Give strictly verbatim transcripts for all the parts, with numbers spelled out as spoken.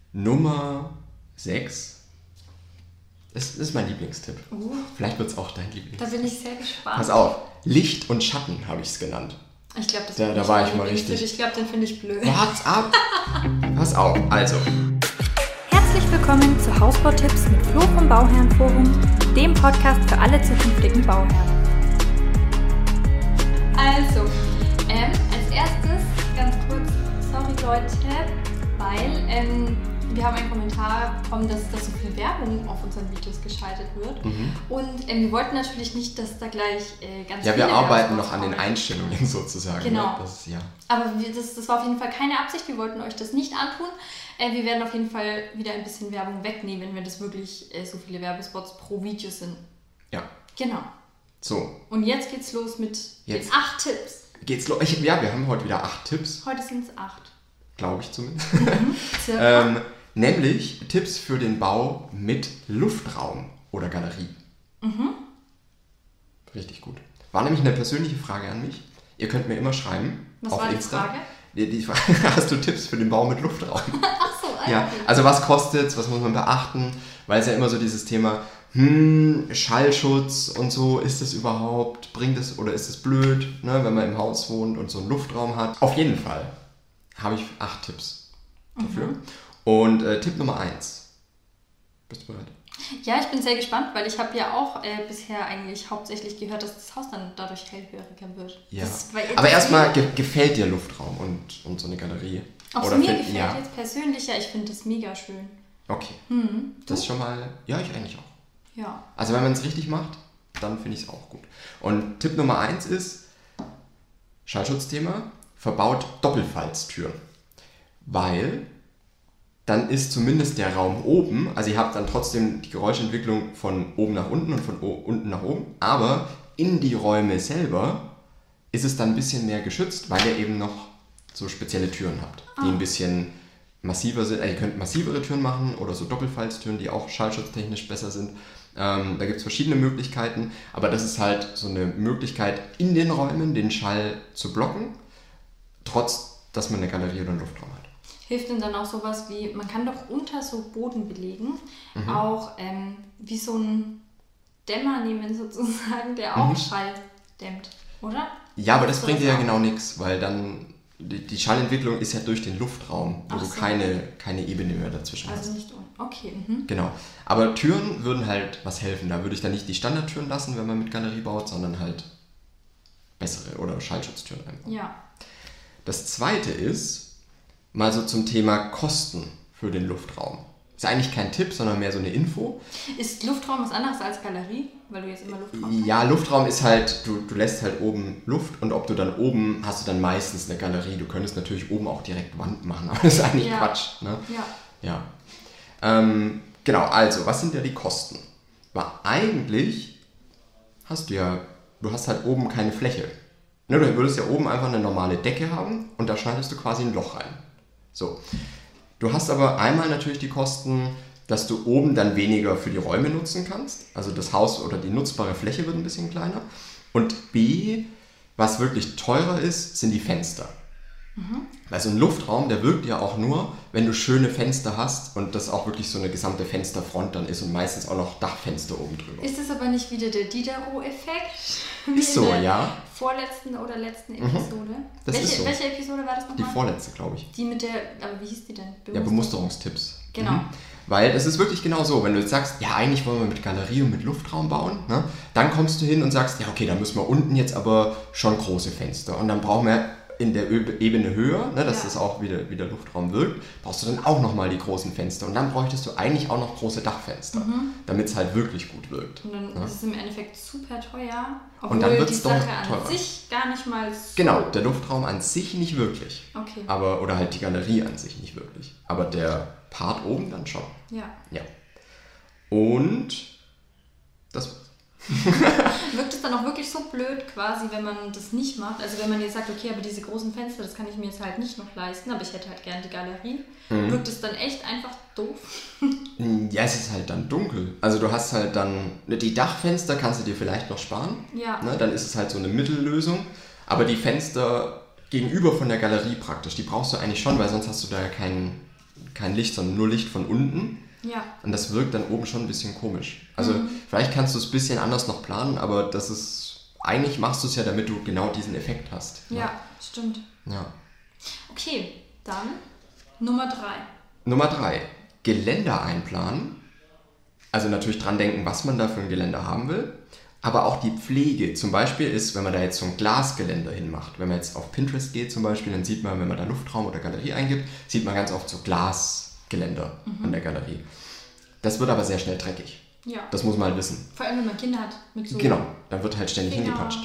Nummer sechs. Das ist mein Lieblingstipp. Uh, Vielleicht wird es auch dein Lieblingstipp. Da bin ich sehr gespannt. Pass auf, Licht und Schatten habe ich es genannt. Ich glaube, das Da, da war ich mal richtig. Ich glaube, den finde ich blöd. What's up? Pass auf, also. Herzlich willkommen zu Hausbautipps mit Flo vom Bauherrenforum, dem Podcast für alle zukünftigen Bauherren. Also, ähm, als erstes ganz kurz, sorry Leute, weil ähm, wir haben einen Kommentar bekommen, dass, dass so viel Werbung auf unseren Videos geschaltet wird. Mhm. Und ähm, wir wollten natürlich nicht, dass da gleich äh, ganz Ja, viele wir arbeiten Werbespots noch an den kommen. Einstellungen sozusagen. Genau. Ne? Das ist, ja. Aber wir, das, das war auf jeden Fall keine Absicht, wir wollten euch das nicht antun. Äh, wir werden auf jeden Fall wieder ein bisschen Werbung wegnehmen, wenn das wirklich äh, so viele Werbespots pro Video sind. Ja. Genau. So. Und jetzt geht's los mit Jetzt. den acht Tipps. Geht's los? Ich, ja, wir haben heute wieder acht Tipps. Heute sind es acht. Glaube ich zumindest. Mhm. Circa. ähm, nämlich Tipps für den Bau mit Luftraum oder Galerie. Mhm. Richtig gut. War nämlich eine persönliche Frage an mich. Ihr könnt mir immer schreiben. Was auf war die Insta. Frage? Die, die Frage, hast du Tipps für den Bau mit Luftraum? Ach so, ah, Ja, okay. also was kostet's, was muss man beachten? Weil es ja immer so dieses Thema, hm, Schallschutz und so, ist das überhaupt, bringt es oder ist es blöd, ne, wenn man im Haus wohnt und so einen Luftraum hat? Auf jeden Fall habe ich acht Tipps dafür. Mhm. Und äh, Tipp Nummer eins. Bist du bereit? Ja, ich bin sehr gespannt, weil ich habe ja auch äh, bisher eigentlich hauptsächlich gehört, dass das Haus dann dadurch hellhöriger wird. Ja. Das, weil Aber erstmal deswegen- ge- gefällt dir Luftraum und, und so eine Galerie? Auch Oder mir find- gefällt ja. jetzt persönlich, ja, ich finde das mega schön. Okay. Mhm. Das ist schon mal, ja, ich eigentlich auch. Ja. Also wenn man es richtig macht, dann finde ich es auch gut. Und Tipp Nummer eins ist, Schallschutzthema, verbaut Doppelfalztüren. Weil dann ist zumindest der Raum oben, also ihr habt dann trotzdem die Geräuschentwicklung von oben nach unten und von o- unten nach oben, aber in die Räume selber ist es dann ein bisschen mehr geschützt, weil ihr eben noch so spezielle Türen habt, die Ah. ein bisschen massiver sind. Also ihr könnt massivere Türen machen oder so Doppelfalztüren, die auch schallschutztechnisch besser sind. Ähm, da gibt es verschiedene Möglichkeiten, aber das ist halt so eine Möglichkeit, in den Räumen den Schall zu blocken, trotz, dass man eine Galerie oder einen Luftraum hat. Hilft denn dann auch sowas wie, man kann doch unter so Bodenbelegen Mhm. auch ähm, wie so ein Dämmer nehmen sozusagen, der auch Mhm. Schall dämmt, oder? Ja, aber das Hast du bringt dir ja auch? genau nichts, weil dann die, die Schallentwicklung ist ja durch den Luftraum, wo Ach du so. keine, keine Ebene mehr dazwischen Also hast. nicht un- okay. Mhm. Genau. Aber Türen würden halt was helfen. Da würde ich dann nicht die Standardtüren lassen, wenn man mit Galerie baut, sondern halt bessere oder Schallschutztüren einbauen. Ja. Das zweite ist, mal so zum Thema Kosten für den Luftraum. Ist eigentlich kein Tipp, sondern mehr so eine Info. Ist Luftraum was anderes als Galerie? Weil du jetzt immer Luftraum Ja, Luftraum ist halt, du, du lässt halt oben Luft und ob du dann oben, hast du dann meistens eine Galerie. Du könntest natürlich oben auch direkt Wand machen, aber das ist eigentlich Ja. Quatsch. Ne? Ja. Ja. Ähm, genau, also, was sind ja die Kosten? Weil eigentlich hast du ja, du hast halt oben keine Fläche. Ne, du würdest ja oben einfach eine normale Decke haben und da schneidest du quasi ein Loch rein. So. Du hast aber einmal natürlich die Kosten, dass du oben dann weniger für die Räume nutzen kannst. Also das Haus oder die nutzbare Fläche wird ein bisschen kleiner. Und B, was wirklich teurer ist, sind die Fenster. Mhm. Weil so ein Luftraum, der wirkt ja auch nur, wenn du schöne Fenster hast und das auch wirklich so eine gesamte Fensterfront dann ist und meistens auch noch Dachfenster oben drüber. Ist das aber nicht wieder der Diderot-Effekt? Ist so, In der ja. Vorletzten oder letzten Episode. Das welche, ist so. welche Episode war das nochmal? Die vorletzte, glaube ich. Die mit der, aber wie hieß die denn? Ja, Bemusterungstipps. Genau. Mhm. Weil es ist wirklich genau so, wenn du jetzt sagst, ja, eigentlich wollen wir mit Galerie und mit Luftraum bauen, ne? Dann kommst du hin und sagst, ja, okay, dann müssen wir unten jetzt aber schon große Fenster. Und dann brauchen wir in der Ö- Ebene höher, ne, dass Ja. das auch wieder, wieder Luftraum wirkt, brauchst du dann auch nochmal die großen Fenster. Und dann bräuchtest du eigentlich auch noch große Dachfenster, Mhm. damit es halt wirklich gut wirkt. Und dann Ja. ist es im Endeffekt super teuer, obwohl Und dann wird's die doch Sache an teurer. sich gar nicht mal so... Genau, der Luftraum an sich nicht wirklich. Okay, Aber, oder halt die Galerie an sich nicht wirklich. Aber der Part oben dann schon. ja. Ja. Und das Wirkt es dann auch wirklich so blöd quasi, wenn man das nicht macht? Also wenn man jetzt sagt, okay, aber diese großen Fenster, das kann ich mir jetzt halt nicht noch leisten, aber ich hätte halt gern die Galerie. Mhm. Wirkt es dann echt einfach doof? Ja, es ist halt dann dunkel. Also du hast halt dann, die Dachfenster kannst du dir vielleicht noch sparen. Ja. Ne? Dann ist es halt so eine Mittellösung. Aber die Fenster gegenüber von der Galerie praktisch, die brauchst du eigentlich schon, weil sonst hast du da ja keinen kein Licht, sondern nur Licht von unten. Ja. Und das wirkt dann oben schon ein bisschen komisch. Also Mhm. vielleicht kannst du es ein bisschen anders noch planen, aber das ist, eigentlich machst du es ja, damit du genau diesen Effekt hast. Ja, Ne? stimmt. Ja. Okay, dann Nummer drei. Nummer drei, Geländer einplanen. Also natürlich dran denken, was man da für ein Geländer haben will. Aber auch die Pflege. Zum Beispiel ist, wenn man da jetzt so ein Glasgeländer hinmacht. Wenn man jetzt auf Pinterest geht zum Beispiel, dann sieht man, wenn man da Luftraum oder Galerie eingibt, sieht man ganz oft so Glasgeländer Mhm. an der Galerie. Das wird aber sehr schnell dreckig. Ja. Das muss man halt wissen. Vor allem, wenn man Kinder hat. Mit so Genau, dann wird halt ständig Finger. hingepatscht.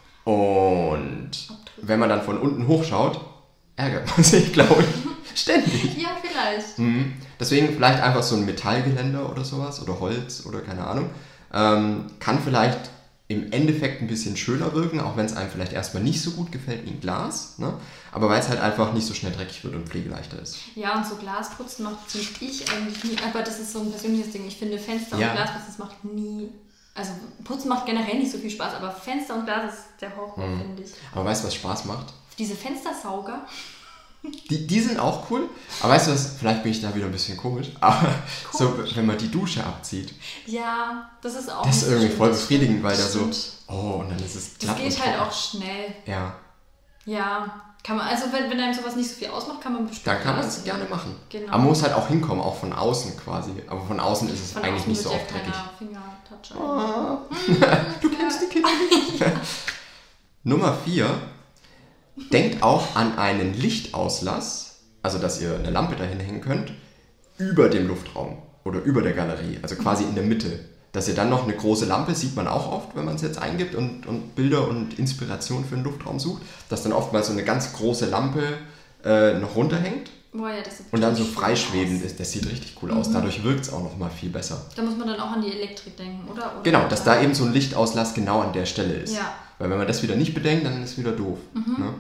Und wenn man dann von unten hochschaut, ärgert man sich, glaube ich, ständig. Ja, vielleicht. Mhm. Deswegen vielleicht einfach so ein Metallgeländer oder sowas oder Holz oder keine Ahnung. Ähm, kann vielleicht im Endeffekt ein bisschen schöner wirken, auch wenn es einem vielleicht erstmal nicht so gut gefällt wie ein Glas. Ne? Aber weil es halt einfach nicht so schnell dreckig wird und pflegeleichter ist. Ja, und so Glasputzen macht finde ich eigentlich nie. Aber das ist so ein persönliches Ding. Ich finde Fenster Ja. und Glasputzen, das macht nie. Also Putzen macht generell nicht so viel Spaß, aber Fenster und Glas ist der Horror, Mhm. finde ich. Aber weißt du, was Spaß macht? Diese Fenstersauger. Die, die sind auch cool, aber weißt du was, vielleicht bin ich da wieder ein bisschen komisch, aber so, wenn man die Dusche abzieht, Ja, das ist auch das ist nicht so irgendwie schlimm. voll Das befriedigend, stimmt, weil da das so, stimmt. oh, und dann ist es Das glatt geht und halt trocken. auch schnell. Ja, Ja, kann man, also wenn, wenn einem sowas nicht so viel ausmacht, kann man bestimmt. dann kann man es lassen. gerne machen. Genau. Aber man muss halt auch hinkommen, auch von außen quasi. Aber von außen ist es Von eigentlich außen nicht so wird oft ja dreckig. keiner Finger-Touch. Du kennst die Kinder nicht. Nummer vier. Denkt auch an einen Lichtauslass, also dass ihr eine Lampe dahin hängen könnt, über dem Luftraum oder über der Galerie, also quasi in der Mitte. Dass ihr dann noch eine große Lampe, sieht man auch oft, wenn man es jetzt eingibt und, und Bilder und Inspiration für einen Luftraum sucht, dass dann oftmals so eine ganz große Lampe äh, noch runterhängt Boah, ja, das sieht und dann so richtig schön freischwebend aus. ist. Das sieht richtig cool aus. Dadurch wirkt es auch noch mal viel besser. Da muss man dann auch an die Elektrik denken, oder? oder Genau, dass da eben so ein Lichtauslass genau an der Stelle ist. Ja. Weil wenn man das wieder nicht bedenkt, dann ist es wieder doof. Ne?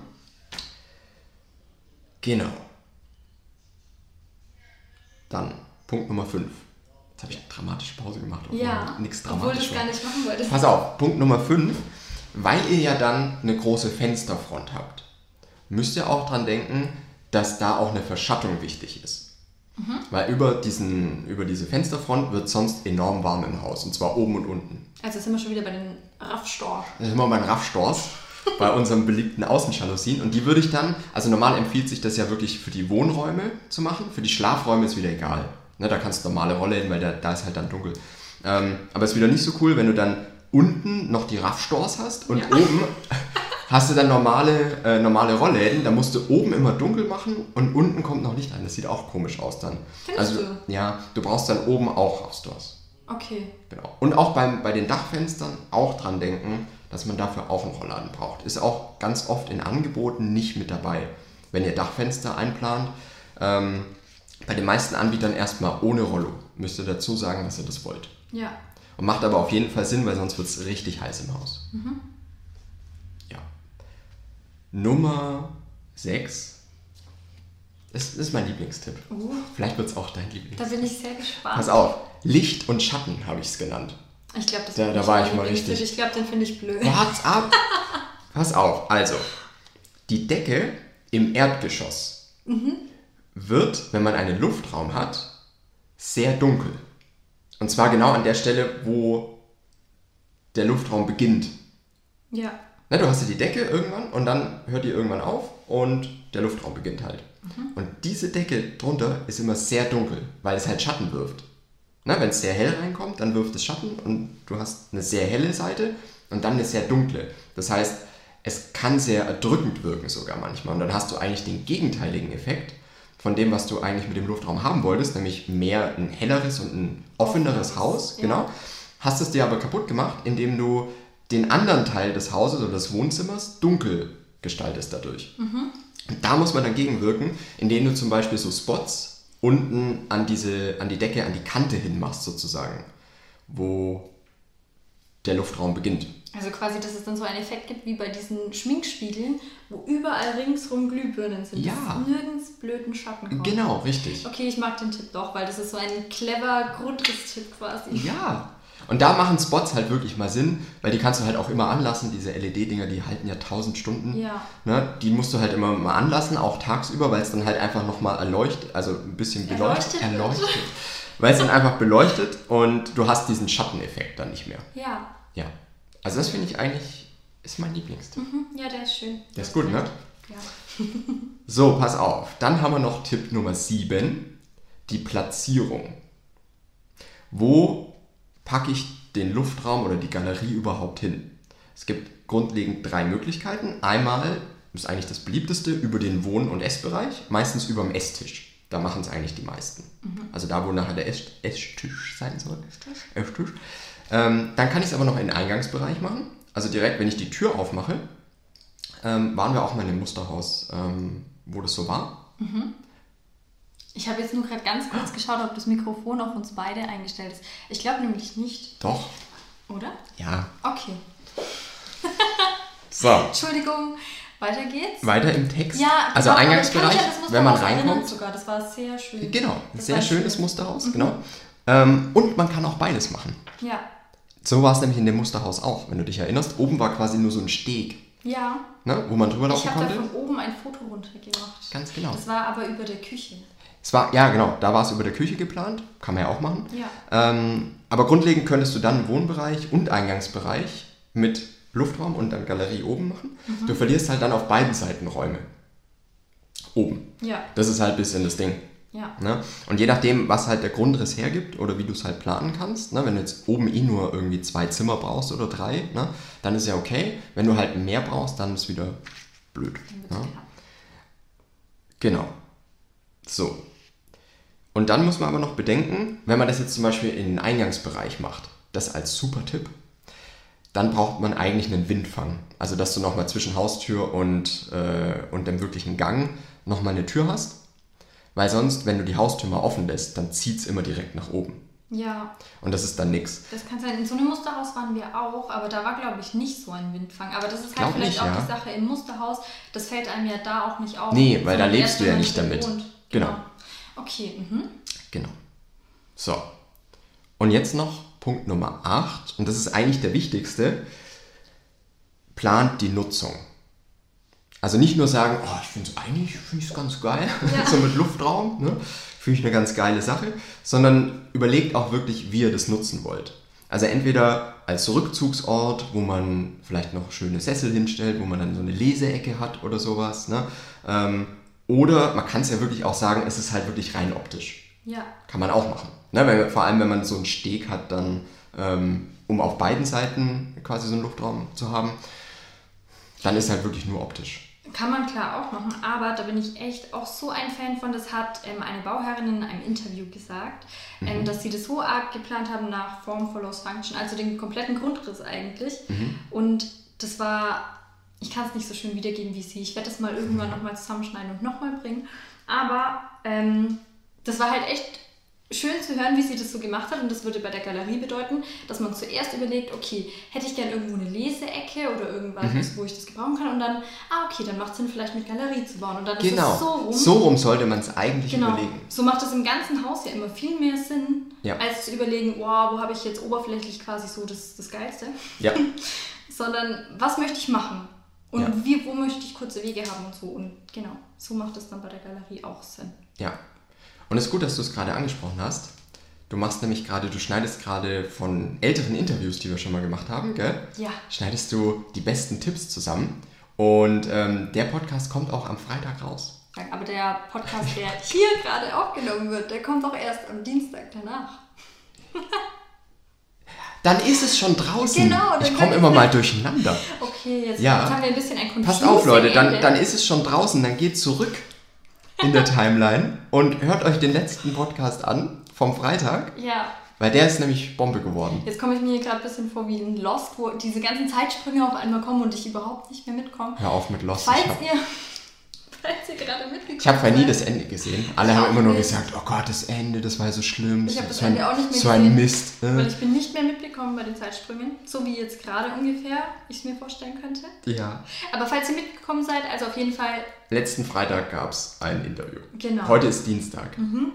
Genau. Dann Punkt Nummer fünf. Jetzt habe ich eine dramatische Pause gemacht. Ja, Nichts obwohl du dramatisch es war. gar nicht machen wolltest. Pass auf, Punkt Nummer fünf. Weil ihr ja dann eine große Fensterfront habt, müsst ihr auch dran denken, dass da auch eine Verschattung wichtig ist. Weil über, diesen, über diese Fensterfront wird sonst enorm warm im Haus. Und zwar oben und unten. Also sind wir schon wieder bei den Raffstorch. Das ist immer mein Raffstors bei unserem beliebten Außenjalousien. Und die würde ich dann, also normal empfiehlt sich das ja wirklich für die Wohnräume zu machen. Für die Schlafräume ist wieder egal. Ne, da kannst du normale Rolle hin, weil da, da ist halt dann dunkel. Ähm, aber es ist wieder nicht so cool, wenn du dann unten noch die Raffstors hast und Ja. oben hast du dann normale, äh, normale Rollläden. Da musst du oben immer dunkel machen und unten kommt noch Licht rein. Das sieht auch komisch aus dann. Findest also, du? Ja, du brauchst dann oben auch Raffstors. Okay. Genau. Und auch beim, bei den Dachfenstern auch dran denken, dass man dafür auch einen Rollladen braucht. Ist auch ganz oft in Angeboten nicht mit dabei, wenn ihr Dachfenster einplant. Ähm, bei den meisten Anbietern erstmal ohne Rollo. Müsst ihr dazu sagen, dass ihr das wollt. Ja. Und macht aber auf jeden Fall Sinn, weil sonst wird es richtig heiß im Haus. Ja. Nummer sechs. Das, das ist mein Lieblingstipp. Uh, Vielleicht wird es auch dein da Lieblingstipp. bin ich sehr gespannt. Pass auf. Licht und Schatten habe ich es genannt. Ich glaube, das Da- wird da nicht war mein ich mal Lieblingstipp. richtig. Ich glaube, den finde ich blöd. Wart's ab! Pass auf, also, die Decke im Erdgeschoss wird, wenn man einen Luftraum hat, sehr dunkel. Und zwar genau an der Stelle, wo der Luftraum beginnt. Ja. Na, du hast ja die Decke irgendwann und dann hört die irgendwann auf und der Luftraum beginnt halt. Und diese Decke drunter ist immer sehr dunkel, weil es halt Schatten wirft. Na, wenn es sehr hell reinkommt, dann wirft es Schatten und du hast eine sehr helle Seite und dann eine sehr dunkle. Das heißt, es kann sehr erdrückend wirken sogar manchmal. Und dann hast du eigentlich den gegenteiligen Effekt von dem, was du eigentlich mit dem Luftraum haben wolltest, nämlich mehr ein helleres und ein offeneres Haus. Ja. Genau. Hast es dir aber kaputt gemacht, indem du den anderen Teil des Hauses oder des Wohnzimmers dunkel gestaltest dadurch. Und da muss man dagegen wirken, indem du zum Beispiel so Spots unten an, diese, an die Decke, an die Kante hin machst sozusagen, wo der Luftraum beginnt. Also quasi, dass es dann so einen Effekt gibt wie bei diesen Schminkspiegeln, wo überall ringsrum Glühbirnen sind. Ja. Dass nirgends blöden Schatten kommt. Genau, richtig. Okay, ich mag den Tipp doch, weil das ist so ein clever Grundriss-Tipp quasi. Ja, Und da machen Spots halt wirklich mal Sinn, weil die kannst du halt auch immer anlassen. Diese L E D-Dinger, die halten ja tausend Stunden. Ja. Ne? Die musst du halt immer mal anlassen, auch tagsüber, weil es dann halt einfach nochmal erleuchtet, also ein bisschen beleuchtet. Erleuchtet. erleuchtet weil es dann einfach beleuchtet und du hast diesen Schatteneffekt dann nicht mehr. Ja. Ja. Also das finde ich eigentlich, ist mein Lieblingstipp. Mhm. Ja, der ist schön. Der ist gut, ne? Ja. So, pass auf. Dann haben wir noch Tipp Nummer sieben, die Platzierung. Wo packe ich den Luftraum oder die Galerie überhaupt hin? Es gibt grundlegend drei Möglichkeiten. Einmal, ist eigentlich das beliebteste, über den Wohn- und Essbereich, meistens über dem Esstisch. Da machen es eigentlich die meisten. Mhm. Also da, wo nachher der Ess- Esstisch sein soll. Esstisch. Esstisch. Ähm, dann kann ich es aber noch in den Eingangsbereich machen. Also direkt, wenn ich die Tür aufmache, ähm, waren wir auch mal in dem Musterhaus, ähm, wo das so war. Mhm. Ich habe jetzt nur gerade ganz kurz geschaut, ob das Mikrofon auf uns beide eingestellt ist. Ich glaube nämlich nicht. Doch. Oder? Ja. Okay. So. Entschuldigung. Weiter geht's. Weiter im Text. Ja, also genau, Eingangsbereich, wenn man reinkommt. Sogar. Das war sehr schön. Genau, das sehr schönes schön. Musterhaus, Mhm. genau. Ähm, und man kann auch beides machen. Ja. So war es nämlich in dem Musterhaus auch, wenn du dich erinnerst. Oben war quasi nur so ein Steg, Ja. ne, wo man drüber laufen Ich habe da konnte. von oben ein Foto runtergemacht. Ganz genau. Das war aber über der Küche. Es war, ja genau, da war es über der Küche geplant, kann man ja auch machen. Ja. Ähm, aber grundlegend könntest du dann Wohnbereich und Eingangsbereich mit Luftraum und dann Galerie oben machen. Mhm. Du verlierst halt dann auf beiden Seiten Räume. Oben. Ja. Das ist halt ein bisschen das Ding. Ja. Ne? Und je nachdem, was halt der Grundriss hergibt oder wie du es halt planen kannst, ne? Wenn du jetzt oben eh nur irgendwie zwei Zimmer brauchst oder drei, ne? Dann ist ja okay. Wenn du halt mehr brauchst, dann ist wieder blöd. Ne? Genau. So. Und dann muss man aber noch bedenken, wenn man das jetzt zum Beispiel in den Eingangsbereich macht, das als super Tipp, dann braucht man eigentlich einen Windfang. Also, dass du nochmal zwischen Haustür und, äh, und dem wirklichen Gang nochmal eine Tür hast. Weil sonst, wenn du die Haustür mal offen lässt, dann zieht es immer direkt nach oben. Ja. Und das ist dann nix. Das kann sein. In so einem Musterhaus waren wir auch, aber da war, glaube ich, nicht so ein Windfang. Aber das ist halt Glaub vielleicht nicht, auch ja. die Sache im Musterhaus. Das fällt einem ja da auch nicht auf. Nee, weil da sondern lebst erst, du wenn ja man nicht drin damit. wohnt. Genau. Okay, mhm. Genau. So. Und jetzt noch Punkt Nummer acht. Und das ist eigentlich der wichtigste. Plant die Nutzung. Also nicht nur sagen, oh, ich finde es eigentlich find ich's ganz geil, Ja. so mit Luftraum, ne? Finde ich eine ganz geile Sache, sondern überlegt auch wirklich, wie ihr das nutzen wollt. Also entweder als Rückzugsort, wo man vielleicht noch schöne Sessel hinstellt, wo man dann so eine Leseecke hat oder sowas, ne? Ähm, oder man kann es ja wirklich auch sagen, es ist halt wirklich rein optisch. Ja. Kann man auch machen. Ne? Weil, vor allem, wenn man so einen Steg hat, dann, ähm, um auf beiden Seiten quasi so einen Luftraum zu haben, dann ist halt wirklich nur optisch. Kann man klar auch machen, aber da bin ich echt auch so ein Fan von. Das hat ähm, eine Bauherrin in einem Interview gesagt, mhm. ähm, dass sie das so arg geplant haben nach Form follows Function, also den kompletten Grundriss eigentlich. Mhm. Und das war, ich kann es nicht so schön wiedergeben wie sie. Ich werde das mal irgendwann nochmal zusammenschneiden und nochmal bringen. Aber ähm, das war halt echt schön zu hören, wie sie das so gemacht hat. Und das würde bei der Galerie bedeuten, dass man zuerst überlegt, okay, hätte ich gerne irgendwo eine Leseecke oder irgendwas, mhm. wo ich das gebrauchen kann. Und dann, ah okay, dann macht es Sinn, vielleicht mit Galerie zu bauen. Und dann genau. ist es so rum. So rum sollte man es eigentlich genau. überlegen. So macht es im ganzen Haus ja immer viel mehr Sinn, ja. als zu überlegen, wow, wo habe ich jetzt oberflächlich quasi so das, das Geilste. Ja. Sondern, was möchte ich machen? Und ja. wie, wo möchte ich kurze Wege haben und so. Und genau, so macht es dann bei der Galerie auch Sinn. Ja. Und es ist gut, dass du es gerade angesprochen hast. Du machst nämlich gerade, du schneidest gerade von älteren Interviews, die wir schon mal gemacht haben, gell? Ja. Schneidest du die besten Tipps zusammen. Und ähm, der Podcast kommt auch am Freitag raus. Aber der Podcast, der hier gerade aufgenommen wird, der kommt auch erst am Dienstag danach. Dann ist es schon draußen. Genau. Ich komme immer mal durcheinander. Okay, jetzt, ja. jetzt haben wir ein bisschen ein Confusing Passt auf, Leute, dann, Ende. dann ist es schon draußen. Dann geht zurück in der Timeline und hört euch den letzten Podcast an vom Freitag. Ja. Weil der ist nämlich Bombe geworden. Jetzt komme ich mir gerade ein bisschen vor wie in Lost, wo diese ganzen Zeitsprünge auf einmal kommen und ich überhaupt nicht mehr mitkomme. Hör auf mit Lost. Falls Ich hab, ihr, falls ihr gerade mitgekommen ich habe ja nie seid. das Ende gesehen. Alle Ich haben auch immer nur nicht. gesagt, oh Gott, das Ende, das war so schlimm. Ich habe das so ein, Ende auch nicht mehr So gesehen, ein Mist. weil ich bin nicht mehr mitbekommen bei den Zeitsprüngen. So wie jetzt gerade ungefähr, ich es mir vorstellen könnte. Ja. Aber falls ihr mitgekommen seid, also auf jeden Fall... Letzten Freitag gab es ein Interview. Genau. Heute ist Dienstag. Mhm.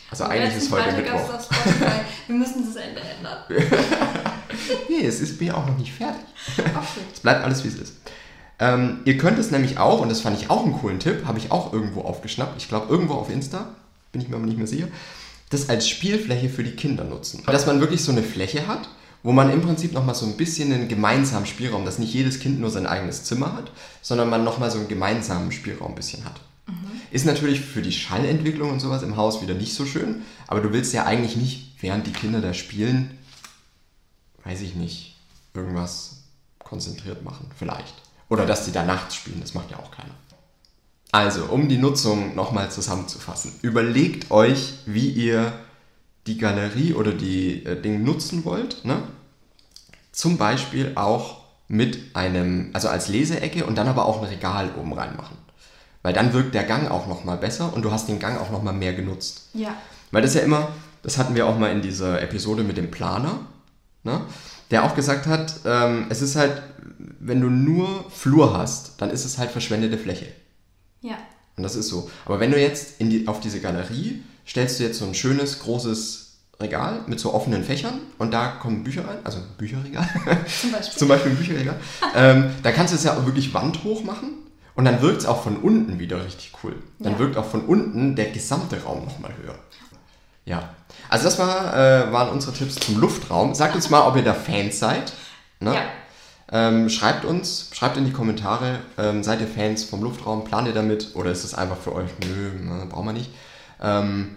Also am eigentlich ist heute Freitag Mittwoch. Auf Spotify. Wir müssen das Ende ändern. Nee, es ist mir auch noch nicht fertig. Okay. Es bleibt alles, wie es ist. Ähm, ihr könnt es nämlich auch, und das fand ich auch einen coolen Tipp, habe ich auch irgendwo aufgeschnappt, ich glaube irgendwo auf Insta, bin ich mir aber nicht mehr sicher, das als Spielfläche für die Kinder nutzen. Dass man wirklich so eine Fläche hat, wo man im Prinzip nochmal so ein bisschen einen gemeinsamen Spielraum, dass nicht jedes Kind nur sein eigenes Zimmer hat, sondern man nochmal so einen gemeinsamen Spielraum ein bisschen hat. Mhm. Ist natürlich für die Schallentwicklung und sowas im Haus wieder nicht so schön, aber du willst ja eigentlich nicht, während die Kinder da spielen, weiß ich nicht, irgendwas konzentriert machen, vielleicht. Oder dass die da nachts spielen, das macht ja auch keiner. Also, um die Nutzung nochmal zusammenzufassen, überlegt euch, wie ihr die Galerie oder die äh, Dinge nutzen wollt, ne? Zum Beispiel auch mit einem, also als Leseecke und dann aber auch ein Regal oben reinmachen. Weil dann wirkt der Gang auch nochmal besser und du hast den Gang auch nochmal mehr genutzt. Ja. Weil das ja immer, das hatten wir auch mal in dieser Episode mit dem Planer, ne? Der auch gesagt hat, ähm, es ist halt, wenn du nur Flur hast, dann ist es halt verschwendete Fläche. Ja. Und das ist so. Aber wenn du jetzt in die, auf diese Galerie stellst du jetzt so ein schönes, großes Regal mit so offenen Fächern und da kommen Bücher rein, also ein Bücherregal. Zum Beispiel. Zum Beispiel ein Bücherregal. ähm, dann kannst du es ja auch wirklich wandhoch machen und dann wirkt es auch von unten wieder richtig cool. Dann Ja. wirkt auch von unten der gesamte Raum nochmal höher. Ja. Also das war, äh, waren unsere Tipps zum Luftraum. Sagt uns mal, ob ihr da Fans seid. Ne? Ja. Ähm, schreibt uns, schreibt in die Kommentare, ähm, seid ihr Fans vom Luftraum, plant ihr damit oder ist es einfach für euch, nö, ne, brauchen wir nicht. Ähm,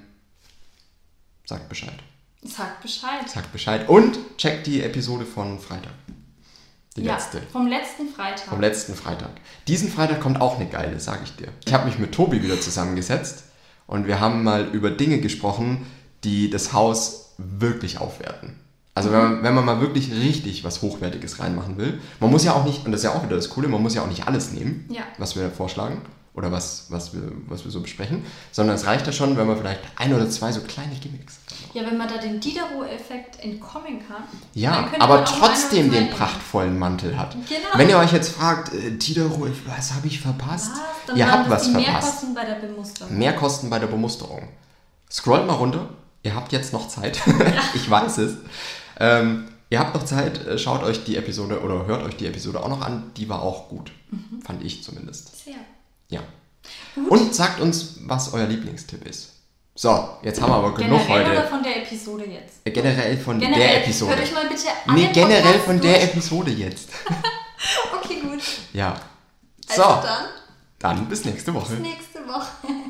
sagt Bescheid. Sagt Bescheid. Sagt Bescheid und checkt die Episode von Freitag. Die Ja, letzte. vom letzten Freitag. Vom letzten Freitag. Diesen Freitag kommt auch eine geile, sage ich dir. Ich habe mich mit Tobi wieder zusammengesetzt und wir haben mal über Dinge gesprochen, die das Haus wirklich aufwerten. Also wenn man, wenn man mal wirklich richtig was Hochwertiges reinmachen will, man muss ja auch nicht, und das ist ja auch wieder das Coole, man muss ja auch nicht alles nehmen, Ja. was wir vorschlagen oder was, was, wir, was wir so besprechen, sondern es reicht ja schon, wenn man vielleicht ein oder zwei so kleine Gimmicks. Ja, wenn man da den Diderot-Effekt entkommen kann. Ja, dann könnte aber man auch trotzdem ein oder zwei den nehmen. prachtvollen Mantel hat. Genau. Wenn ihr euch jetzt fragt, äh, Diderot, was habe ich verpasst? Was? Dann Ihr waren habt das was die verpasst. Mehrkosten bei der Bemusterung. Mehrkosten bei der Bemusterung. Scrollt mal runter. Ihr habt jetzt noch Zeit. Ich weiß es. Ähm, ihr habt noch Zeit. äh, Schaut euch die Episode oder hört euch die Episode auch noch an. Die war auch gut. Mhm. Fand ich zumindest. Sehr. Ja. Gut. Und sagt uns, was euer Lieblingstipp ist. So, jetzt haben wir aber genug Generell heute. oder von der Episode jetzt? Äh, Generell von Generell. der Episode. Hört euch mal bitte alle Nee, generell Podcasts von der durch. Episode jetzt. Okay, gut. Ja. So, Also dann, dann bis nächste Woche. bis nächste Woche.